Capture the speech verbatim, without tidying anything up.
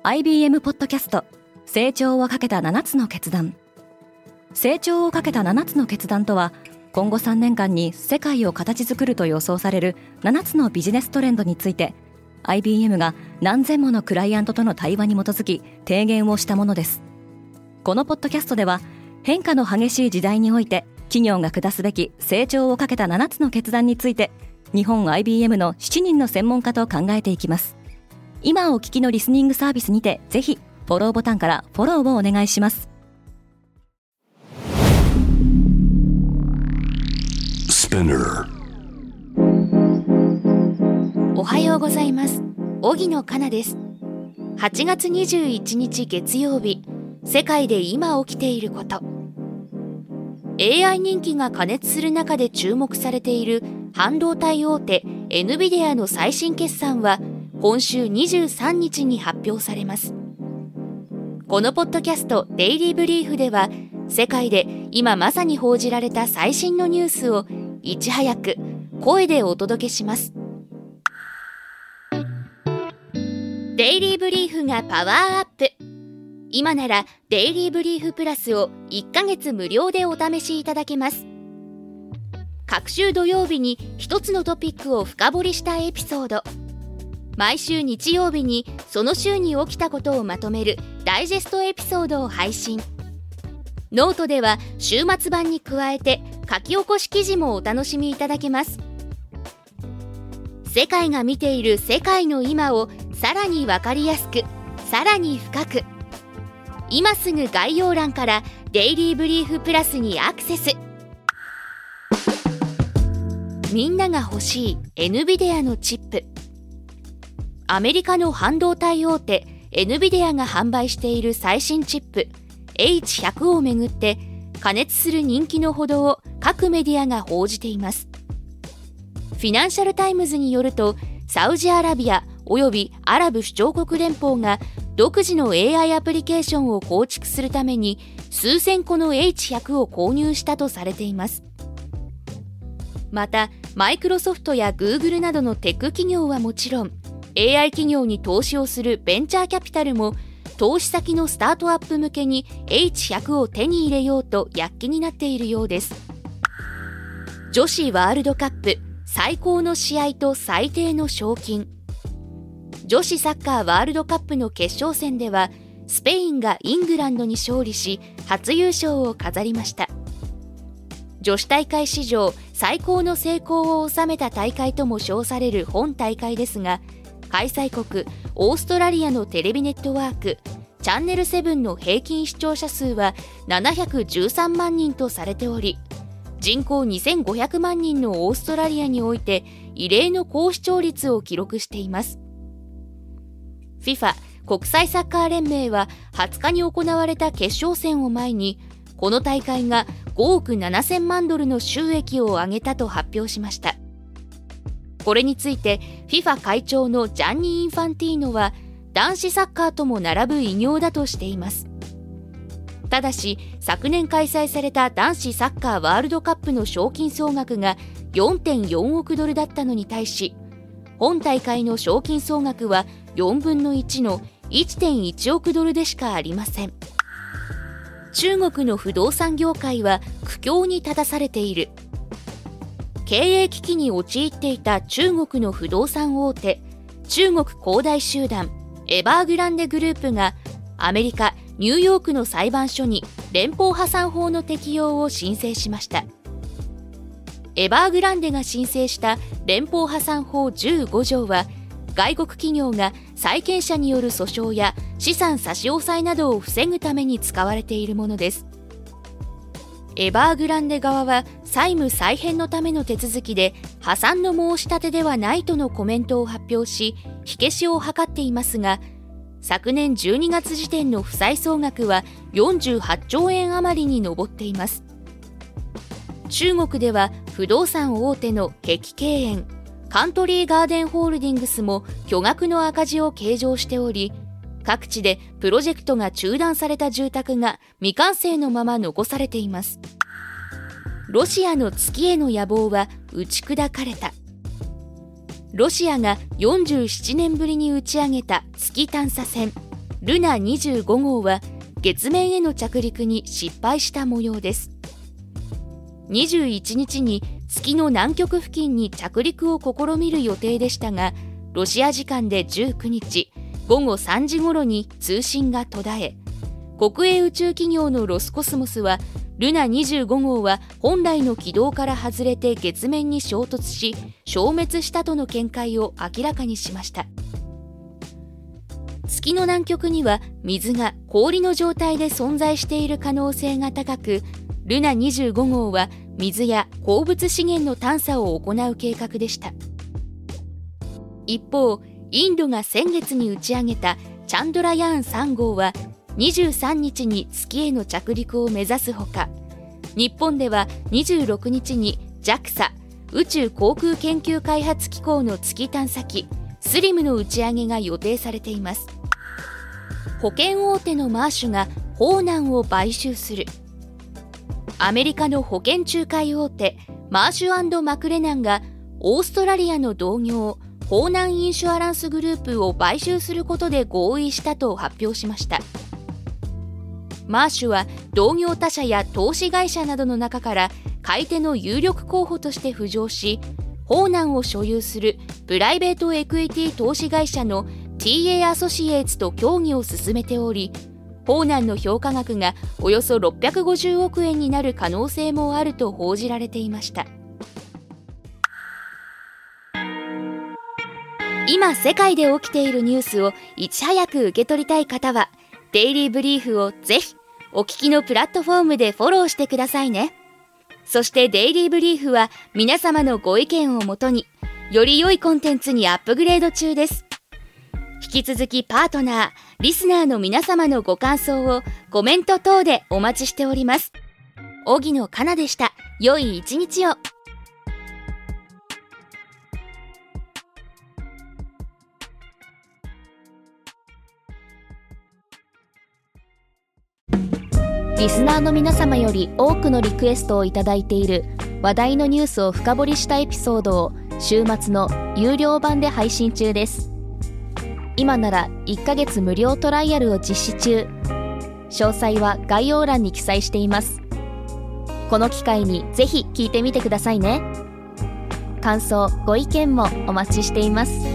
アイビーエム ポッドキャスト成長をかけたななつの決断。成長をかけたななつの決断とは、今後さんねんかんに世界を形作ると予想されるななつのビジネストレンドについて アイビーエム が何千ものクライアントとの対話に基づき提言をしたものです。このポッドキャストでは、変化の激しい時代において企業が下すべき成長をかけたななつの決断について、日本 アイビーエム のしちにんの専門家と考えていきます。今お聞きのリスニングサービスにて、ぜひフォローボタンからフォローをお願いします。 おはようございます。荻野かなです。はちがつにじゅういちにち月曜日、世界で今起きていること。 エーアイ 人気が過熱する中で注目されている半導体大手 エヌビディア の最新決算は今週にじゅうさんにちに発表されます。このポッドキャストデイリーブリーフでは、世界で今まさに報じられた最新のニュースをいち早く声でお届けします。デイリーブリーフがパワーアップ。今ならデイリーブリーフプラスをいっかげつ無料でお試しいただけます。各週土曜日に一つのトピックを深掘りしたエピソード、毎週日曜日にその週に起きたことをまとめるダイジェストエピソードを配信。ノートでは週末版に加えて書き起こし記事もお楽しみいただけます。世界が見ている世界の今をさらに分かりやすく、さらに深く。今すぐ概要欄からデイリーブリーフプラスにアクセス。みんなが欲しい エヌビディア のチップ。アメリカの半導体大手 エヌビディア が販売している最新チップ エイチひゃく をめぐって過熱する人気のほどを各メディアが報じています。フィナンシャルタイムズによると、サウジアラビアおよびアラブ首長国連邦が独自の エーアイ アプリケーションを構築するために数千個の エイチひゃく を購入したとされています。またマイクロソフトやグーグルなどのテック企業はもちろん、エーアイ 企業に投資をするベンチャーキャピタルも投資先のスタートアップ向けに エイチひゃく を手に入れようと躍起になっているようです。女子ワールドカップ最高の試合と最低の賞金。女子サッカーワールドカップの決勝戦では、スペインがイングランドに勝利し初優勝を飾りました。女子大会史上最高の成功を収めた大会とも称される本大会ですが、開催国オーストラリアのテレビネットワークチャンネルセブンの平均視聴者数はななひゃくじゅうさんまんにんとされており、人口にせんごひゃくまんにんのオーストラリアにおいて異例の高視聴率を記録しています。 フィファ 国際サッカー連盟ははつかに行われた決勝戦を前に、この大会がごおくななせんまんドルの収益を上げたと発表しました。これについて フィファ 会長のジャンニー・インファンティーノは、男子サッカーとも並ぶ偉業だとしています。ただし昨年開催された男子サッカーワールドカップの賞金総額が よんてんよんおくドルだったのに対し、本大会の賞金総額はよんぶんのいちの いってんいちおくドルでしかありません。中国の不動産業界は苦境に立たされている。経営危機に陥っていた中国の不動産大手、中国恒大集団エバーグランデグループがアメリカ・ニューヨークの裁判所に連邦破産法の適用を申請しました。エバーグランデが申請した連邦破産法じゅうごじょうは、外国企業が債権者による訴訟や資産差し押さえなどを防ぐために使われているものです。エバーグランデ側は債務再編のための手続きで破産の申し立てではないとのコメントを発表し、火消しを図っていますが、昨年じゅうにがつ時点の負債総額はよんじゅうはっちょうえん余りに上っています。中国では不動産大手の碧桂園、カントリーガーデンホールディングスも巨額の赤字を計上しており、各地でプロジェクトが中断された住宅が未完成のまま残されています。ロシアの月への野望は打ち砕かれた。ロシアがよんじゅうななねんぶりに打ち上げた月探査船ルナにじゅうごごうは月面への着陸に失敗した模様です。にじゅういちにちに月の南極付近に着陸を試みる予定でしたが、ロシア時間でじゅうくにちごごさんじごろに通信が途絶え、国営宇宙企業のロスコスモスはルナにじゅうごごうは本来の軌道から外れて月面に衝突し消滅したとの見解を明らかにしました。月の南極には水が氷の状態で存在している可能性が高く、ルナにじゅうごごうは水や鉱物資源の探査を行う計画でした。一方、インドが先月に打ち上げたチャンドラヤーンさんごうはにじゅうさんにちに月への着陸を目指すほか、日本ではにじゅうろくにちに ジャクサ 宇宙航空研究開発機構の月探査機スリムの打ち上げが予定されています。保険大手のマーシュがホーナンを買収する。アメリカの保険仲介大手マーシュ&マクレナンがオーストラリアの同業ホーナンインシュアランスグループを買収することで合意したと発表しました。マーシュは同業他社や投資会社などの中から買い手の有力候補として浮上し、ホーナンを所有するプライベートエクイティ投資会社の ティーエー アソシエイツと協議を進めており、ホーナンの評価額がおよそろっぴゃくごじゅうおくえんになる可能性もあると報じられていました。今世界で起きているニュースをいち早く受け取りたい方は、デイリーブリーフをぜひお聞きのプラットフォームでフォローしてくださいね。そしてデイリーブリーフは皆様のご意見をもとにより良いコンテンツにアップグレード中です。引き続きパートナー、リスナーの皆様のご感想をコメント等でお待ちしております。荻野かなでした。良い一日を。 リスナーの皆様より多くのリクエストをいただいている話題のニュースを深掘りしたエピソードを週末の有料版で配信中です。今ならいっかげつ無料トライアルを実施中。詳細は概要欄に記載しています。この機会にぜひ聞いてみてくださいね。感想、ご意見もお待ちしています。